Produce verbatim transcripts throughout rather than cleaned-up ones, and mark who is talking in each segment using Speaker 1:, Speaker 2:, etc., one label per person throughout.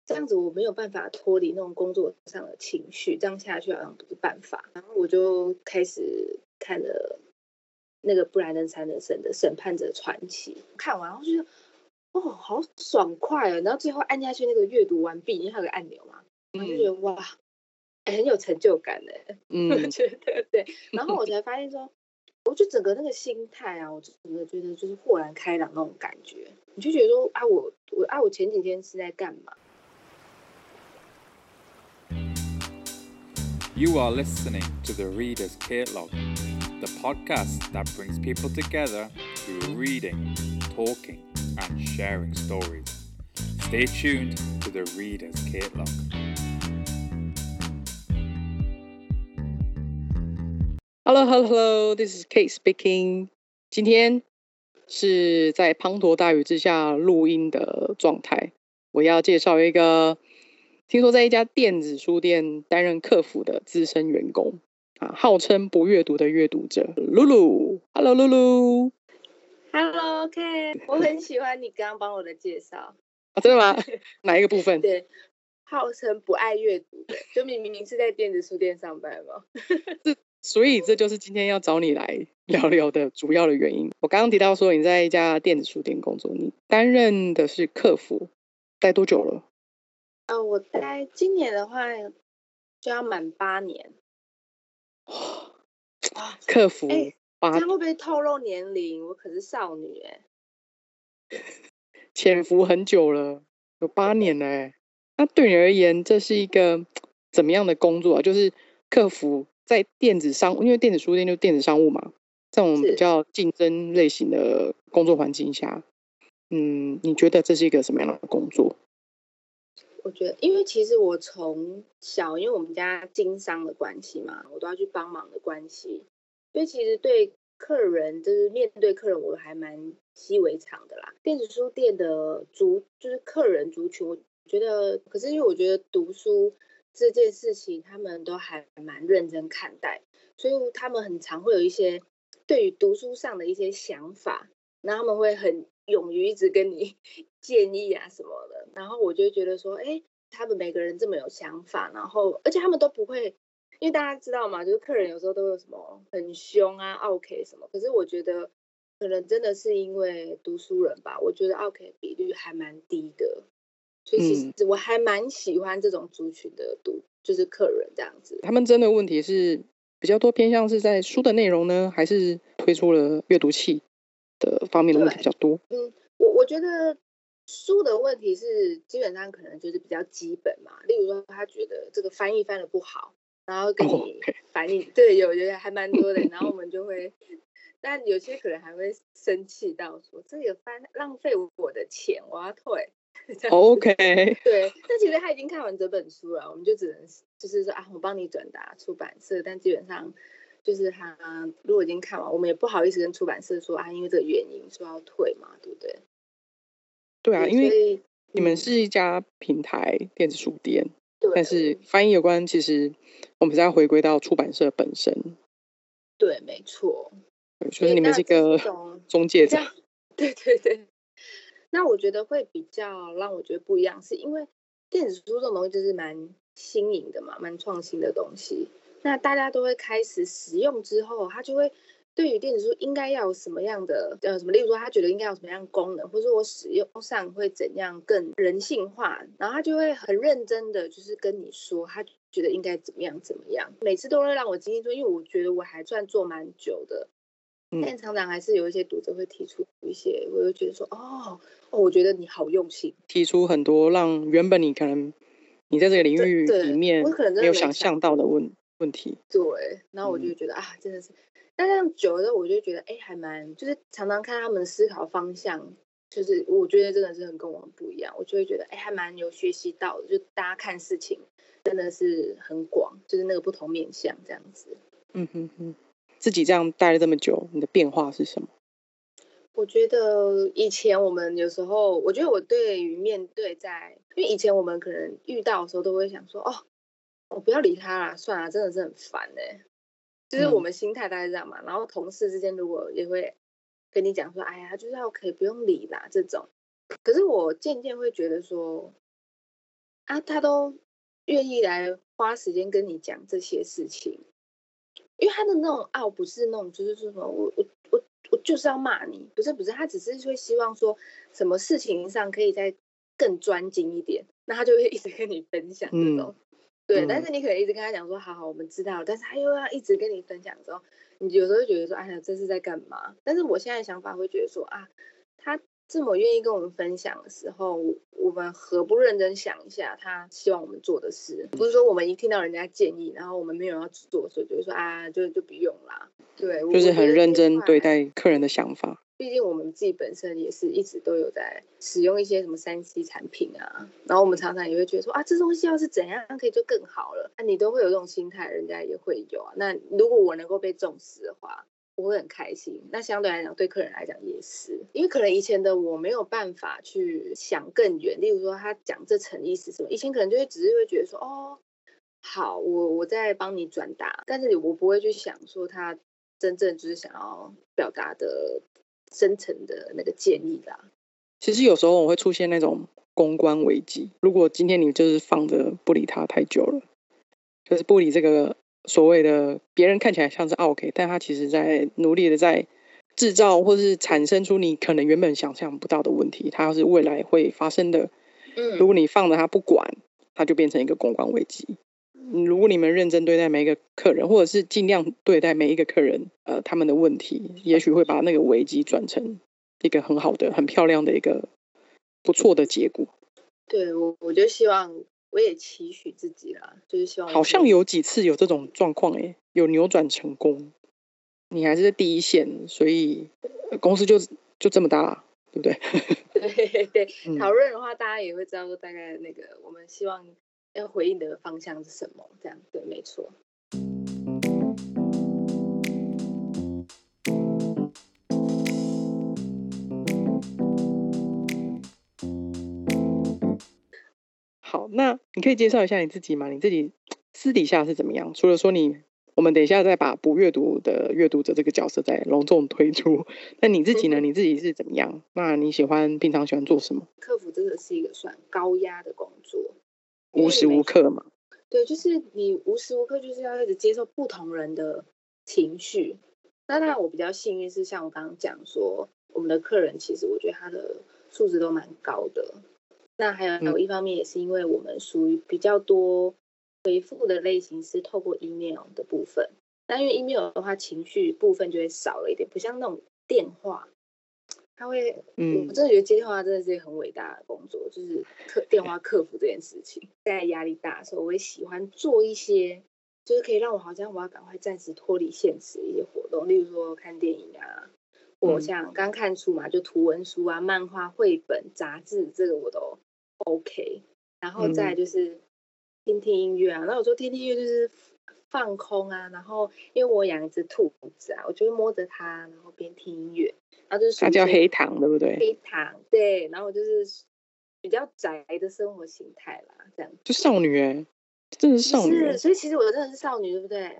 Speaker 1: 这样子我没有办法脱离那种工作上的情绪，这样下去好像不是办法。然后我就开始看了那个布莱登·山德森的《审判者传奇》，看完然后就觉得哦，好爽快哦！然后最后按下去那个阅读完毕，因为它有个按钮嘛，我就觉得、嗯、哇，欸，很有成就感哎，嗯，我觉得对。然后我才发现说，我就整个那个心态啊，我整个觉得就是豁然开朗那种感觉。你就觉得说啊，我我啊，我前几天是在干嘛？
Speaker 2: You are listening to the Reader's Catalog, the podcast that brings people together through reading, talking, and sharing stories. Stay tuned to the Reader's Catalog.
Speaker 3: Hello, hello, hello. This is Kate speaking. 今天是在滂沱大雨之下录音的状态。我要介绍一个听说在一家电子书店担任客服的资深员工啊，号称不阅读的阅读者露露。Hello， 露露。
Speaker 1: Hello， Kate， 我很喜欢你刚刚帮我的介绍。
Speaker 3: 啊，真的吗？哪一个部分？
Speaker 1: 对，号称不爱阅读的，就明明是在电子书店上班嘛。
Speaker 3: 所以这就是今天要找你来聊聊的主要的原因。我刚刚提到说你在一家电子书店工作，你担任的是客服，待多久了？
Speaker 1: 呃，我待今年的话就要满八年。
Speaker 3: 哇，客服
Speaker 1: 哎、
Speaker 3: 八
Speaker 1: 欸，这样会不会透露年龄？我可是少女哎、
Speaker 3: 欸。潜伏很久了，有八年了哎、欸。那对你而言，这是一个怎么样的工作啊？就是客服在电子商，因为电子书店就是电子商务嘛，这种比较竞争类型的工作环境下，嗯，你觉得这是一个什么样的工作？
Speaker 1: 我觉得，因为其实我从小，因为我们家经商的关系嘛，我都要去帮忙的关系，所以其实对客人，就是面对客人，我还蛮习以为常的啦。电子书店的族就是客人族群，我觉得，可是因为我觉得读书这件事情，他们都还蛮认真看待，所以他们很常会有一些对于读书上的一些想法，然后他们会很勇于一直跟你建议啊什么的，然后我就觉得说，哎，他们每个人这么有想法，然后而且他们都不会，因为大家知道嘛，就是客人有时候都有什么很凶啊 ，OK 什么，可是我觉得可能真的是因为读书人吧，我觉得 OK 比率还蛮低的，所以其实我还蛮喜欢这种族群的读，就是客人这样子。
Speaker 3: 他们真的问题是比较多偏向是在书的内容呢，还是推出了阅读器的方面的问题比较多？
Speaker 1: 嗯，我我觉得书的问题是基本上可能就是比较基本嘛，例如说他觉得这个翻译翻得不好，然后跟你反映， oh, okay. 对，有有还蛮多的，然后我们就会，但有些可能还会生气到说这个翻浪费我的钱，我要退。
Speaker 3: OK，
Speaker 1: 对，但其实他已经看完这本书了，我们就只能就是说啊，我帮你转达出版社，但基本上就是他如果已经看完，我们也不好意思跟出版社说啊，因为这个原因说要退嘛，对不对？
Speaker 3: 对啊，因为你们是一家平台电子书店，嗯、但是翻译有关，其实我们是要回归到出版社本身。
Speaker 1: 对，没错。
Speaker 3: 就是你们是一个中介者。
Speaker 1: 对对对。那我觉得会比较让我觉得不一样，是因为电子书这种东西就是蛮新颖的嘛，蛮创新的东西。那大家都会开始使用之后，他就会对于电子书应该要有什么样的呃什么，例如说他觉得应该有什么样的功能，或者我使用上会怎样更人性化，然后他就会很认真的就是跟你说，他觉得应该怎么样怎么样。每次都会让我惊艳，说因为我觉得我还算做蛮久的。但常常还是有一些读者会提出一些，我就觉得说，哦，哦，我觉得你好用心，
Speaker 3: 提出很多让原本你可能你在这个领域里面没有想象到的问问题。
Speaker 1: 对，然后我就觉得、嗯、啊，真的是，但这样久了，我就觉得，哎，还蛮，就是常常看他们的思考方向，就是我觉得真的是很跟我们不一样，我就会觉得，哎，还蛮有学习到的，就大家看事情真的是很广，就是那个不同面向这样子。
Speaker 3: 嗯哼哼。自己这样待了这么久，你的变化是什么？
Speaker 1: 我觉得以前我们有时候，我觉得我对于面对在，因为以前我们可能遇到的时候都会想说，哦，我不要理他啦，算了，真的是很烦哎、欸，就是我们心态大概是这样嘛。嗯、然后同事之间如果也会跟你讲说，哎呀，就是要可以不用理啦这种。可是我渐渐会觉得说， 啊，他都愿意来花时间跟你讲这些事情，因为他的那种傲不是那种就是说什么我我我我就是要骂你，不是不是，他只是会希望说什么事情上可以再更专精一点，那他就会一直跟你分享这种。嗯对，嗯、但是你可能一直跟他讲说，好好，我们知道了，但是他又要一直跟你分享的时候，你有时候会觉得说，哎呀，这是在干嘛？但是我现在的想法会觉得说，啊，他这么愿意跟我们分享的时候，我们何不认真想一下他希望我们做的事？不是说我们一听到人家建议，然后我们没有要做，所以就会说啊，就就不用啦。对，
Speaker 3: 就是很认真对待客人的想法。
Speaker 1: 毕竟我们自己本身也是一直都有在使用一些什么三 C 产品啊，然后我们常常也会觉得说啊，这东西要是怎样可以就更好了，那、啊、你都会有这种心态，人家也会有啊。那如果我能够被重视的话，我会很开心。那相对来讲，对客人来讲也是，因为可能以前的我没有办法去想更远，例如说他讲这层意思什么，以前可能就会只是会觉得说哦，好，我我在帮你转达，但是我不会去想说他真正就是想要表达的深层的那个建议啦。
Speaker 3: 其实有时候我会出现那种公关危机，如果今天你就是放着不理他太久了，就是不理这个所谓的别人看起来像是 OK， 但他其实在努力的在制造或是产生出你可能原本想象不到的问题，它是未来会发生的。嗯，如果你放着他不管，它就变成一个公关危机。如果你们认真对待每一个客人，或者是尽量对待每一个客人，呃，他们的问题，也许会把那个危机转成一个很好的、很漂亮的一个不错的结果。
Speaker 1: 对，我我就希望，我也期许自己啦，就是希望。
Speaker 3: 好像有几次有这种状况，哎，有扭转成功。你还是在第一线，所以公司就就这么大，对不对？
Speaker 1: 对对，讨论的话，大家也会知道说大概那个我们希望要回应的方向是什么，这样对，没错。
Speaker 3: 好，那你可以介绍一下你自己吗？你自己私底下是怎么样？除了说你，我们等一下再把不阅读的阅读者这个角色再隆重推出。那你自己呢？你自己是怎么样？那你喜欢平常喜欢做什么？
Speaker 1: 客服真的是一个算高压的工作，
Speaker 3: 无时无刻嘛。
Speaker 1: 对，就是你无时无刻就是要一直接受不同人的情绪。那当然我比较幸运是像我刚刚讲说，我们的客人其实我觉得他的素质都蛮高的。那还有一方面也是因为我们属于比较多回复的类型是透过 email 的部分，那因为 email 的话情绪部分就会少了一点，不像那种电话，他会，嗯，我真的觉得接电话真的是很伟大的工作，就是客电话客服这件事情。在压力大的时候，我也喜欢做一些，就是可以让我好像我要赶快暂时脱离现实的一些活动，例如说看电影啊，或像刚看书嘛，就图文书啊、漫画、绘本、杂志，这个我都 OK。然后再就是听听音乐啊，那有时候听听音乐就是放空啊，然后因为我养一只兔子啊，我就会摸着它，然后边听音乐。然后就是
Speaker 3: 它叫黑糖，对不对？
Speaker 1: 黑糖，对。然后就是比较宅的生活形态啦，这样。
Speaker 3: 就少女哎、欸，真的是少女、欸。
Speaker 1: 是，所以其实我真的是少女，对不对？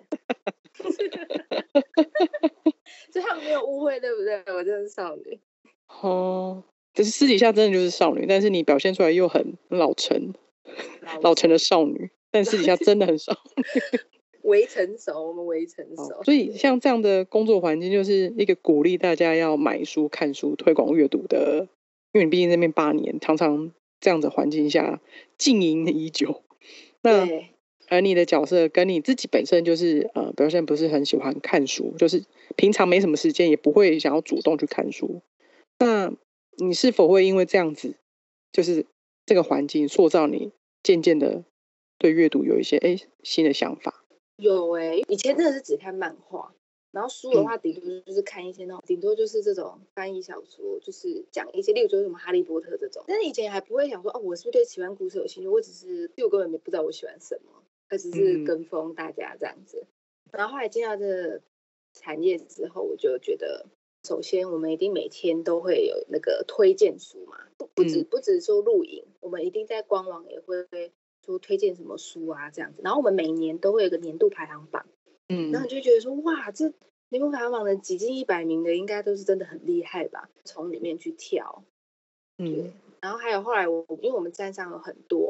Speaker 1: 所以他们没有误会，对不对？我真的是少女。
Speaker 3: 哦，就是私底下真的就是少女，但是你表现出来又很老成，老成的少女，但私底下真的很少女。
Speaker 1: 为成熟，我们为成熟、
Speaker 3: 哦。所以像这样的工作环境，就是一个鼓励大家要买书、看书、推广阅读的。因为你毕竟那边八年，常常这样的环境下经营已久。那而你的角色跟你自己本身就是呃表现不是很喜欢看书，就是平常没什么时间，也不会想要主动去看书。那你是否会因为这样子，就是这个环境塑造你渐渐的对阅读有一些哎新的想法？
Speaker 1: 有哎、欸，以前真的是只看漫画，然后书的话顶多就是看一些那种，顶、嗯、多就是这种翻译小说，就是讲一些，例如说什么哈利波特这种。但是以前还不会想说，哦，我是不是对奇幻故事有兴趣？我只是，我根本没不知道我喜欢什么，而只是跟风大家这样子。嗯、然后后来进到这个产业之后，我就觉得，首先我们一定每天都会有那个推荐书嘛，不不止不只说录影，我们一定在官网也会说推荐什么书啊这样子。然后我们每年都会有个年度排行榜。嗯，然后你就觉得说，哇，这年度排行榜的几近一百名的，应该都是真的很厉害吧？从里面去挑，嗯，然后还有后来我，因为我们站上有很多，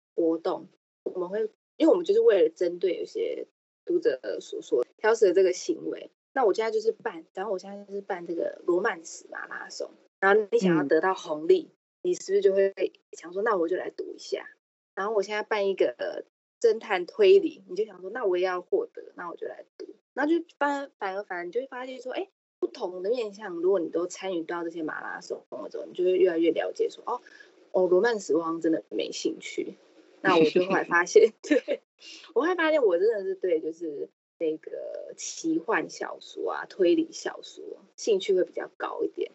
Speaker 1: 活动，我们会因为我们就是为了针对有些读者所说挑食的这个行为，那我现在就是办，然后我现在就是办这个罗曼史马拉松，然后你想要得到红利，嗯、你是不是就会想说，那我就来赌一下？然后我现在办一个侦探推理，你就想说，那我也要获得，那我就来赌，然后就反反而反而你就会发现说，哎，不同的面向，如果你都参与到这些马拉松的时候，你就会越来越了解说，哦哦，罗曼史我好像真的没兴趣。那我就后来发现，对我后来发现我真的是对，就是那个奇幻小说啊、推理小说兴趣会比较高一点。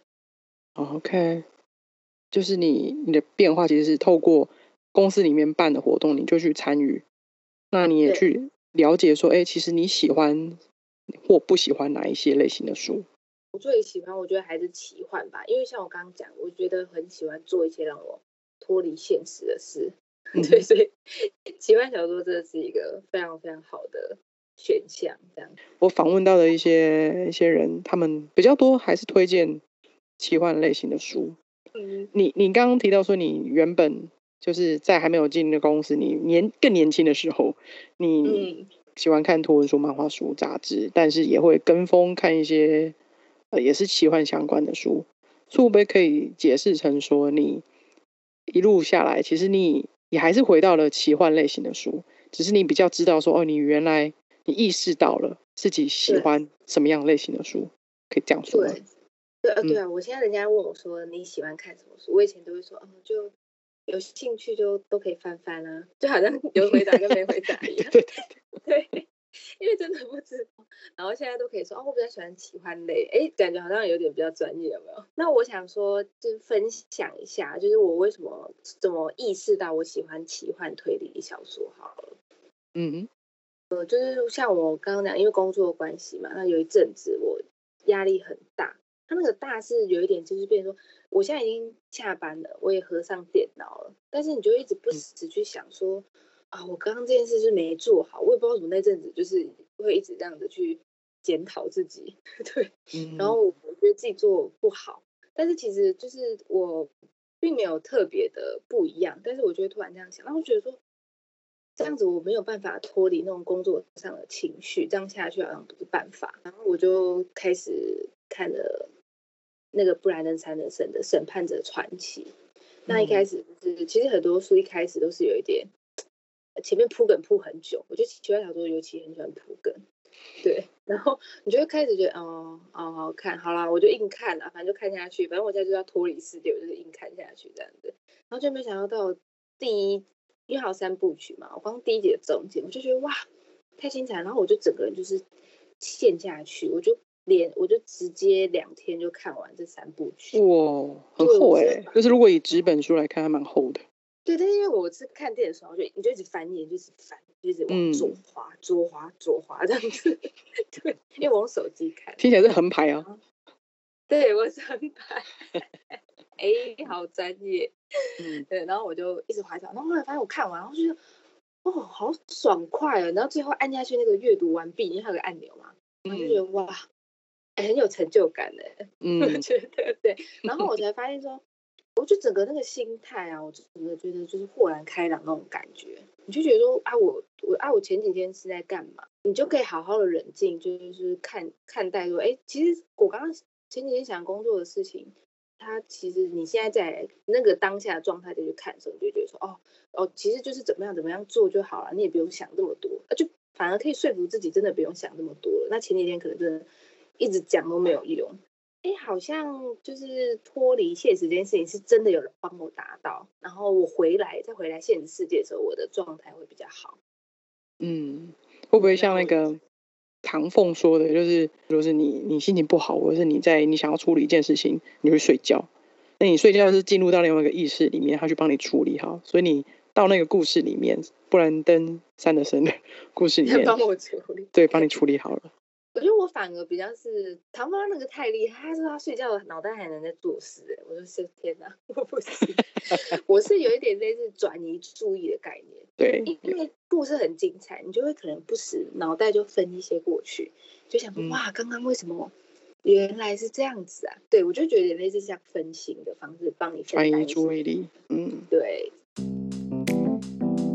Speaker 3: OK， 就是你你的变化其实是透过公司里面办的活动，你就去参与，那你也去了解说，哎，其实你喜欢或不喜欢哪一些类型的书？
Speaker 1: 我最喜欢，我觉得还是奇幻吧，因为像我刚刚讲，我觉得很喜欢做一些让我脱离现实的事。对，所以奇幻小说真的是一个非常非常好的选项。这样，
Speaker 3: 我访问到的一些一些人，他们比较多还是推荐奇幻类型的书。嗯，你你刚刚提到说，你原本就是在还没有进那个公司，你年更年轻的时候，你喜欢看图文书、漫画书、杂志，但是也会跟风看一些呃也是奇幻相关的书。会不会可以解释成说，你一路下来，其实你你还是回到了奇幻类型的书，只是你比较知道说，哦，你原来你意识到了自己喜欢什么样类型的书，可以这样说吗？
Speaker 1: 对，对啊，对啊，我现在人家问我说你喜欢看什么书，我以前都会说，哦，就有兴趣就都可以翻翻啊，就好像有回答跟没回答一样。
Speaker 3: 对对
Speaker 1: 对，对，因为真的不知道，然后现在都可以说，哦，我比较喜欢奇幻类，哎，感觉好像有点比较专业，有没有？那我想说，就是分享一下，就是我为什么怎么意识到我喜欢奇幻推理小说好了。
Speaker 3: 嗯，
Speaker 1: 呃，就是像我刚刚讲，因为工作的关系嘛，那有一阵子我压力很大，他那个大是有一点就是变成说，我现在已经下班了，我也合上电脑了，但是你就一直不时去想说，啊，我刚刚这件事是没做好，我也不知道怎么那阵子就是会一直这样子去检讨自己，对，
Speaker 3: 嗯，
Speaker 1: 然后我觉得自己做不好，但是其实就是我并没有特别的不一样，但是我就会突然这样想，然后我觉得说，这样子我没有办法脱离那种工作上的情绪，这样下去好像不是办法。然后我就开始看了那个布莱登·山德森的《审判者传奇》。那一开始就是其实很多书一开始都是有一点前面铺梗铺很久，我觉得奇幻小说尤其很喜欢铺梗。对，然后你就会开始觉得哦哦好看，好啦，我就硬看啦，反正就看下去，反正我现在就要脱离世界，我就是硬看下去这样子。然后就没想到到第一，因为还有三部曲嘛，我光第一集的中间我就觉得哇太精彩，然后我就整个人就是陷下去，我就连我就直接两天就看完这三部曲。
Speaker 3: 哇，很厚哎、欸，就是如果以纸本书来看，还蛮厚的。
Speaker 1: 对，但是因为我是看电视，我就你就一直翻页，就一直翻，就一直往左滑、嗯、左滑、左滑这样子。对，因为我用手机看，
Speaker 3: 听起来是横排啊。
Speaker 1: 对，我是横排。哎、欸，好专业。嗯，对，然后我就一直滑掉，然后后来发现我看完，然后就觉得哦，好爽快哦，然后最后按下去那个阅读完毕，因为它有个按钮嘛，我就觉得、嗯、哇，欸、很有成就感哎。嗯，我觉得对，然后我才发现说。我就整个那个心态啊，我整个觉得就是豁然开朗那种感觉，你就觉得说啊，我我啊，我前几天是在干嘛？你就可以好好的冷静，就是看看待说，哎，其实我刚刚前几天想工作的事情，它其实你现在在那个当下的状态再去看的时候，你就觉得说，哦哦，其实就是怎么样怎么样做就好了，你也不用想那么多，就反而可以说服自己，真的不用想那么多了。那前几天可能真的一直讲都没有用。哎，好像就是脱离现实这件事情是真的有人帮我达到，然后我回来再回来现实世界的时候，我的状态会比较好。
Speaker 3: 嗯，会不会像那个唐凤说的，就是就是你你心情不好，或者是你在你想要处理一件事情，你会睡觉，那你睡觉是进入到另外一个意识里面，他去帮你处理好，所以你到那个故事里面，布兰登·山德森的故事里面，
Speaker 1: 帮我处理，
Speaker 3: 对，帮你处理好了。
Speaker 1: 我觉得我反而比较是唐妈那个太厉害，他说他睡觉的脑袋还能在做事，哎，我就说天哪，我不行，我是有一点类似转移注意的概念，
Speaker 3: 对，
Speaker 1: 因为故事很精彩，你就会可能不时脑袋就分一些过去，就想说、嗯、哇，刚刚为什么原来是这样子啊？对，我就觉得有点类似像分心的方式帮你
Speaker 3: 转移注意力，嗯，
Speaker 1: 对。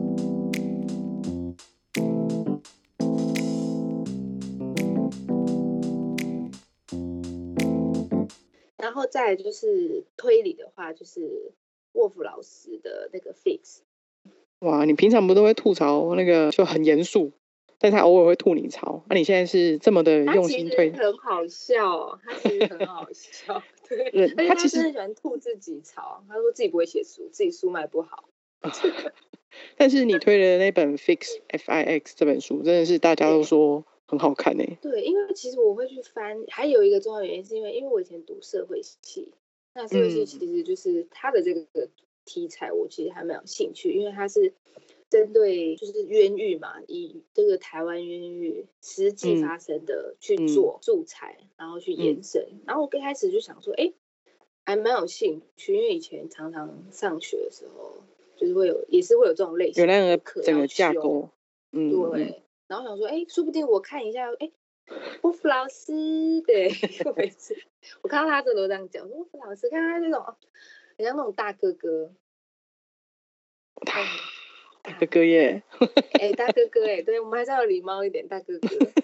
Speaker 1: 再来就是推理的话，就是沃夫老师的那个 Fix。
Speaker 3: 哇，你平常不都会吐槽那个就很严肃，但他偶尔会吐你槽，那、啊、你现在是这么的用心推，
Speaker 1: 他其实很好笑、哦，他其实很好笑，对，而且他真的喜欢吐自己槽，他说自己不会写书，自己书卖不好。
Speaker 3: 但是你推的那本 Fix F I X 这本书，真的是大家都说很好看诶、欸。
Speaker 1: 对，因为其实我会去翻，还有一个重要原因是因为，因为我以前读社会系，那社会系其实就是它的这个题材，我其实还蛮有兴趣，因为它是针对就是冤狱嘛，以这个台湾冤狱实际发生的去做素材，嗯、然后去延伸。嗯、然后我一开始就想说，哎，还蛮有兴趣，因为以前常常上学的时候，就是会有，也是会有这种类型的课，有那个
Speaker 3: 整个架构，
Speaker 1: 嗯，对。嗯、然后想说，哎，说不定我看一下，哎，沃夫老师，对，我每次我看到他真的都这样讲，沃夫老师，看他那种，很像那种大哥哥。
Speaker 3: 大大哥哥耶！
Speaker 1: 哎、欸，大哥哥哎，对，我们还是要有礼貌一点，大哥哥。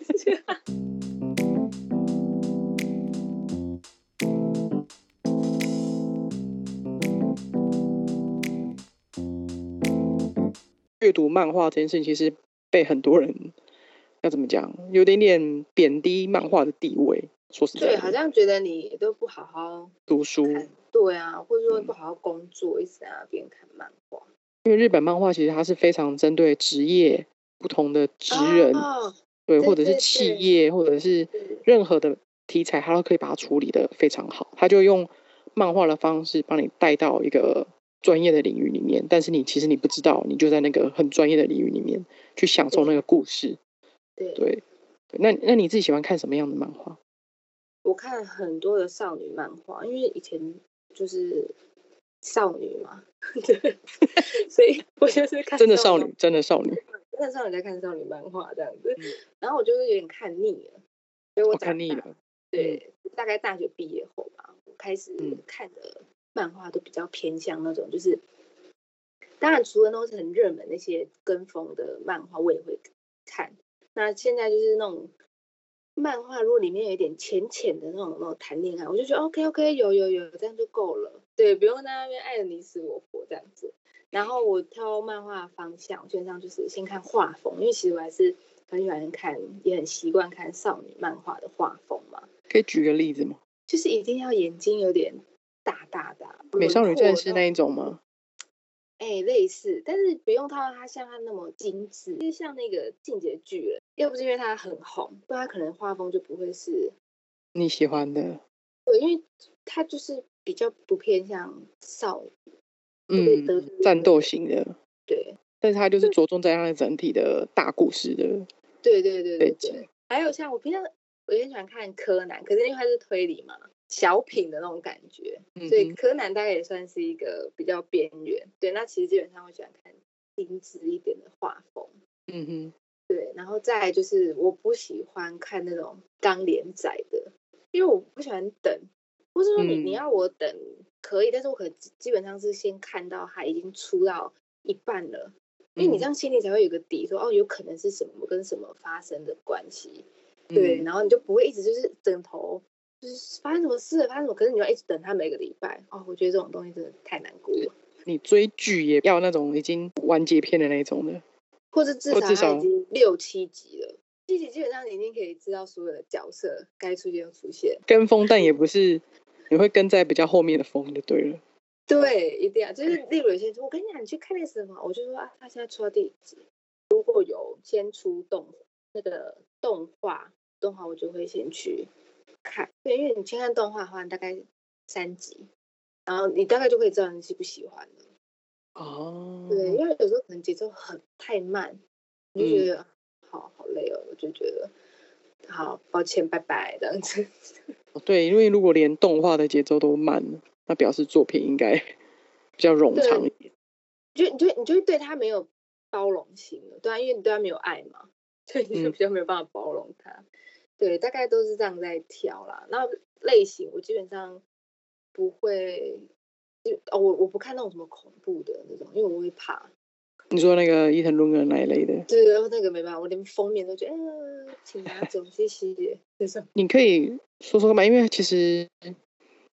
Speaker 3: 阅读漫画这件事情，其实被很多人要怎么讲，有点点贬低漫画的地位。说实在的，
Speaker 1: 对，好像觉得你都不好好
Speaker 3: 读书，
Speaker 1: 对啊，或者说不好好工作，嗯、一直在那边看漫画。
Speaker 3: 因为日本漫画其实它是非常针对职业不同的职人，
Speaker 1: 哦、
Speaker 3: 对，或者是企业，或者是任何的题材，它都可以把它处理得非常好。它就用漫画的方式帮你带到一个专业的领域里面，但是你其实你不知道，你就在那个很专业的领域里面去享受那个故事。
Speaker 1: 对，
Speaker 3: 对，对，那那你自己喜欢看什么样的漫画？
Speaker 1: 我看很多的少女漫画，因为以前就是少女嘛，对，所以我就是看
Speaker 3: 真的少女，真的少女，
Speaker 1: 真的少女在看少女漫画这样子，嗯、然后我就是有点看腻了，所以我
Speaker 3: 看腻了。
Speaker 1: 对，嗯、大概大学毕业后吧，我开始看的漫画都比较偏向那种，就是、嗯、当然除了那种很热门那些跟风的漫画，我也会看。那现在就是那种。漫画如果里面有一点浅浅的那种那种谈恋爱，我就觉得 OK OK 有有有这样就够了，对，不用在那边爱的你死我活这样子。然后我挑漫画的方向，基本上就是先看画风，因为其实我还是很喜欢看，也很习惯看少女漫画的画风嘛。
Speaker 3: 可以举个例子吗？
Speaker 1: 就是一定要眼睛有点大大的，
Speaker 3: 美少女战士那一种吗？
Speaker 1: 哎、欸，类似，但是不用它它像它那么精致，就像那个进阶巨人，要不是因为它很红，不然它可能画风就不会是
Speaker 3: 你喜欢的。
Speaker 1: 对，因为它就是比较不偏向少女，
Speaker 3: 嗯，战斗型的，
Speaker 1: 对，
Speaker 3: 但是它就是着重在它的整体的大故事的，
Speaker 1: 对对对对对。还有像我平常我也很喜欢看柯南，可是因为它是推理嘛，小品的那种感觉，嗯、所以柯南大概也算是一个比较边缘。对，那其实基本上我喜欢看精致一点的画风。
Speaker 3: 嗯哼，
Speaker 1: 对，然后再来就是我不喜欢看那种刚连载的，因为我不喜欢等，不是说你、嗯、你要我等可以，但是我可能基本上是先看到它已经出到一半了，因为你这样心里才会有个底说，说哦有可能是什么跟什么发生的关系。对，然后你就不会一直就是等头，就是发生什么事了，发生什么，可是你要一直等他每个礼拜哦，我觉得这种东西真的太难过了。
Speaker 3: 你追剧也要那种已经完结篇的那种的，
Speaker 1: 或者至少它已经六七集了，七集基本上你已经可以知道所有的角色该出现就出现。
Speaker 3: 跟风，但也不是你会跟在比较后面的风就对了。
Speaker 1: 对，一定要就是例如有些人说，我跟你讲，你去看那什么，我就说啊，他现在出到第几集？如果有先出动那个动画。动画我就会先去看，对，因为你先看动画的话，大概三集，然后你大概就可以知道你喜不喜欢了。
Speaker 3: 哦，
Speaker 1: 对，因为有时候可能节奏很太慢，你就觉得、嗯、好好累哦，我就觉得好抱歉，拜拜这样子。
Speaker 3: 对，因为如果连动画的节奏都慢了，那表示作品应该比较冗长一点。
Speaker 1: 就你就你就会对他没有包容心了，对啊，因为你对他没有爱嘛，所以你就比较没有办法包容他。嗯对，大概都是这样在挑啦。那类型我基本上不会，哦，我我不看那种什么恐怖的那种，因为我会怕。
Speaker 3: 你说那个伊藤润二那一类的？
Speaker 1: 对，然后那个没办法，我连封面都觉得，呃，请拿走，谢谢。
Speaker 3: 你可以说说嘛，因为其实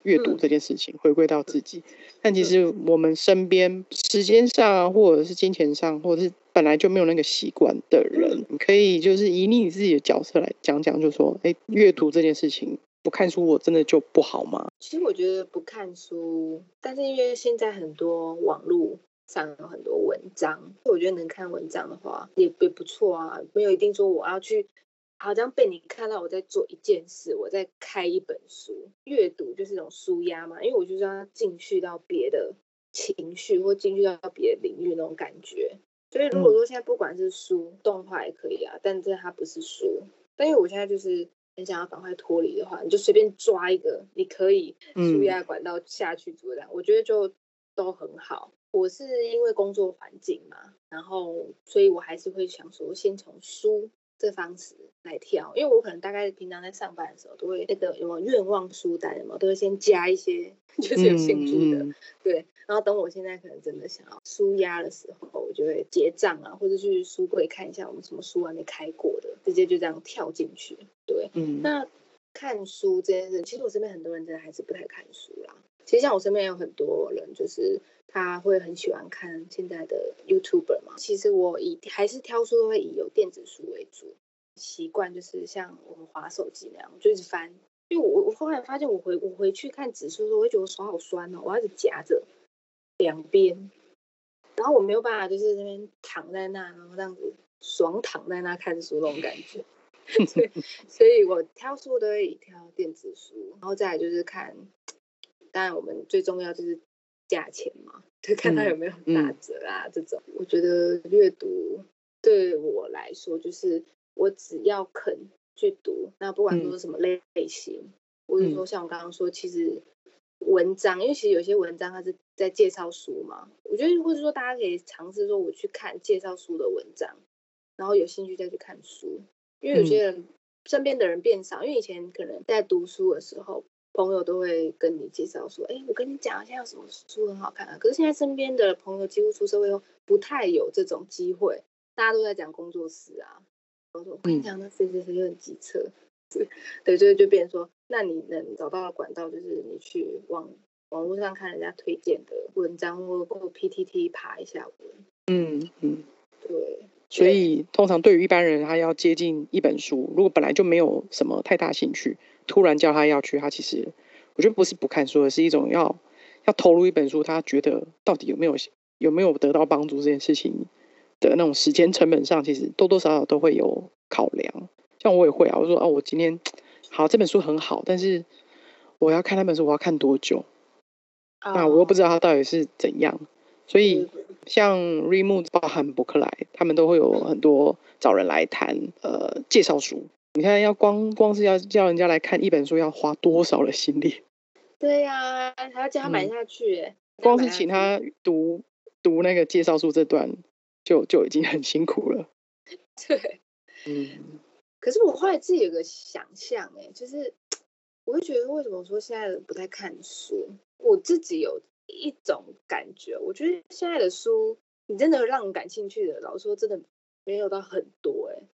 Speaker 3: 阅读这件事情，回归到自己。但其实我们身边时间上啊，或者是金钱上，或者是本来就没有那个习惯的人，可以就是以你自己的角色来讲讲，就说，哎，阅读这件事情，不看书我真的就不好吗？
Speaker 1: 其实我觉得不看书，但是因为现在很多网络上有很多文章，我觉得能看文章的话也也不错啊，没有一定说我要去好像被你看到我在做一件事，我在开一本书。阅读就是一种抒压嘛，因为我就是要进去到别的情绪或进去到别的领域那种感觉。所以如果说现在不管是书、动画也可以啊，但这它不是书。但因为我现在就是很想要赶快脱离的话，你就随便抓一个你可以抒压管道下去做这样，我觉得就都很好。我是因为工作环境嘛，然后所以我还是会想说先从书这方式来跳，因为我可能大概平常在上班的时候都会那个有没有愿望书单，有没有都会先加一些就是有兴趣的、嗯、对，然后等我现在可能真的想要抒压的时候，我就会结账啊，或者去书柜看一下我们什么书还没开过的，直接就这样跳进去。对，嗯，那看书这件事，其实我身边很多人真的还是不太看书啦。其实像我身边有很多人，就是他会很喜欢看现在的 YouTuber 嘛。其实我以还是挑书都会以有电子书为主，习惯就是像我们滑手机那样，就一直翻。因为我我后来发现我回我回去看纸书的时候，我会觉得我手好酸哦，我要一直夹着两边，然后我没有办法就是那边躺在那，然后这样子爽躺在那看书那种感觉。所以所以我挑书都会挑电子书，然后再来就是看。当然我们最重要就是价钱嘛，就看它有没有打折啊、嗯、这种。我觉得阅读对我来说就是我只要肯去读，那不管说是什么类型、嗯、或者说像我刚刚说其实文章，因为其实有些文章它是在介绍书嘛，我觉得或者说大家可以尝试说我去看介绍书的文章，然后有兴趣再去看书。因为有些人、嗯、身边的人变少，因为以前可能在读书的时候朋友都会跟你介绍说，哎，我跟你讲现在有什么书很好看啊。可是现在身边的朋友几乎出社会后不太有这种机会，大家都在讲工作室啊。我说我跟你讲，那谁谁谁很机车，对，所以就变成说，那你能找到的管道就是你去网网络上看人家推荐的文章，或或 P T T 爬一下文。嗯嗯，对。
Speaker 3: 所以通常对于一般人，他要接近一本书，如果本来就没有什么太大兴趣，突然叫他要去，他其实我觉得不是不看书，而是一种要要投入一本书，他觉得到底有没有有没有得到帮助这件事情的那种时间成本上，其实多多少少都会有考量。像我也会啊，我说啊，我今天好这本书很好，但是我要看那本书，我要看多久？哦、那我又不知道它到底是怎样，所以。像 Readmoo 包含博客来，他们都会有很多找人来谈呃介绍书。你看，要光光是要叫人家来看一本书，要花多少的心力？
Speaker 1: 对呀、啊，还要叫他买下去、欸
Speaker 3: 嗯、光是请他读读那个介绍书这段就，就就已经很辛苦了。
Speaker 1: 对，嗯。可是我后来自己有个想象，哎，就是我会觉得为什么说现在人不太看书？我自己有。一种感觉，我觉得现在的书，你真的让人感兴趣的，老实说真的没有到很多哎、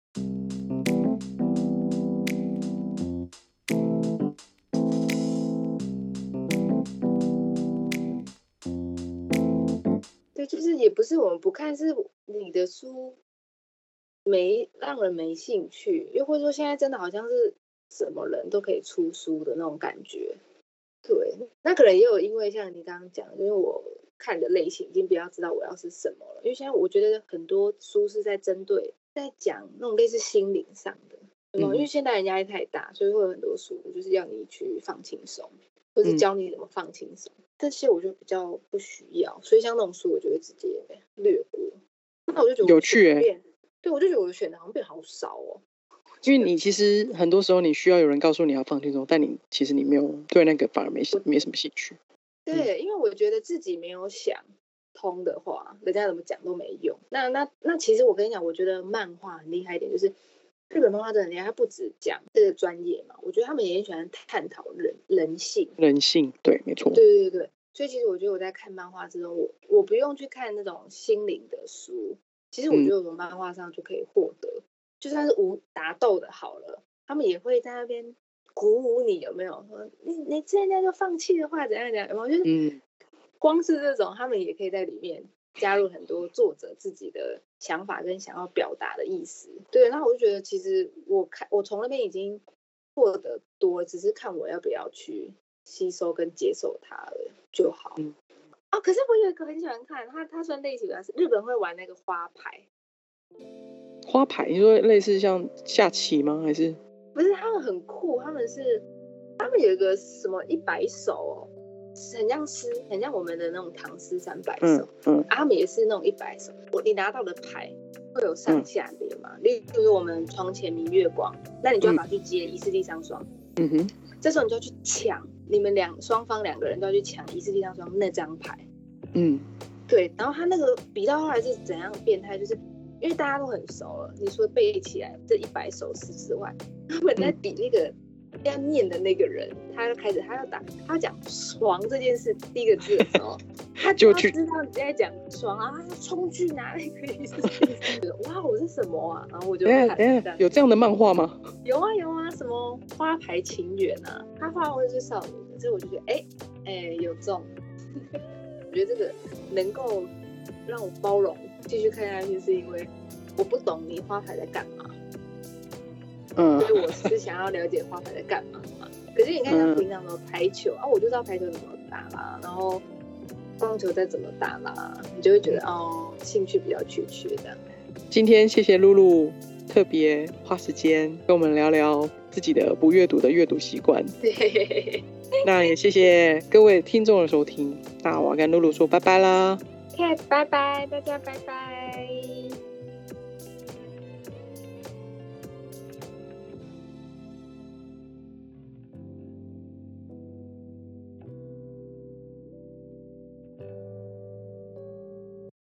Speaker 1: 欸。对，就是也不是我们不看，是你的书没让人没兴趣，又或者说现在真的好像是什么人都可以出书的那种感觉。对，那可能也有因为像你刚刚讲，因为我看的类型已经比较知道我要是什么了。因为现在我觉得很多书是在针对在讲那种类似心灵上的，嗯、因为现代人压力太大，所以会有很多书就是要你去放轻松，或是教你怎么放轻松。嗯、这些我就比较不需要，所以像那种书我就会直接略过。那我就觉得我
Speaker 3: 有趣哎、欸，
Speaker 1: 对，我就觉得我的选的好像变好少哦。
Speaker 3: 因为你其实很多时候你需要有人告诉你要放轻松，但你其实你没有对那个反而没没什么兴趣。
Speaker 1: 对，因为我觉得自己没有想通的话，人家怎么讲都没用。那那那其实我跟你讲，我觉得漫画很厉害一点，就是日本漫画真的很厉害，他不只讲这个专业嘛，我觉得他们也很喜欢探讨人人性。
Speaker 3: 人性，对，没错。
Speaker 1: 对对对，所以其实我觉得我在看漫画之中，我我不用去看那种心灵的书，其实我觉得我从漫画上就可以获得。嗯，就算是无打斗的好了，他们也会在那边鼓舞你，有没有？你你现在就放弃的话，怎样怎样？有没有？就是
Speaker 3: 嗯，
Speaker 1: 光是这种，他们也可以在里面加入很多作者自己的想法跟想要表达的意思。对，那我就觉得其实我看我从那边已经获得多，只是看我要不要去吸收跟接受它了就好。
Speaker 3: 嗯
Speaker 1: 哦，可是我有一个很喜欢看，它它算类型的是日本会玩那个花牌。
Speaker 3: 花牌，你说类似像下棋吗？还是？
Speaker 1: 不是，他们很酷，他们是他们有一个什么一百手哦，很像诗，很像我们的那种唐诗三百首，
Speaker 3: 嗯嗯、
Speaker 1: 啊，他们也是那种一百首。我你拿到的牌会有上下联嘛？例如我们床前明月光，那你就要把它去接疑是地上霜。
Speaker 3: 嗯哼，
Speaker 1: 这时候你就要去抢，你们两双方两个人都要去抢疑是地上霜那张牌。
Speaker 3: 嗯，
Speaker 1: 对，然后他那个比到后来是怎样变态，就是因为大家都很熟了，你说背起来这一百首诗之外，他们在比那个要念的那个人，他就开始他要打，他要讲床这件事第一个字的时候，他就要知道你在讲床啊，他就冲去拿那个疑是地上，哇，我是什么啊？然后我就看，
Speaker 3: 等一下有这样的漫画吗？
Speaker 1: 有啊有啊，什么花牌情缘啊，他画会是少女的，所以我就觉得哎哎、欸欸、有中。我觉得这个能够让我包容继续看下去，是因为我不懂你花牌在干嘛，
Speaker 3: 嗯，
Speaker 1: 所以我是想要了解花牌在干嘛嘛。可是你看像平常的排球、嗯、啊，我就知道排球怎么打啦，然后棒球再怎么打啦，你就会觉得哦，兴趣比较缺缺这样。
Speaker 3: 今天谢谢露露特别花时间跟我们聊聊自己的不阅读的阅读习惯。那也谢谢各位听众的收听，那我要跟露露说拜拜啦。
Speaker 1: OK， 拜拜，大家拜拜。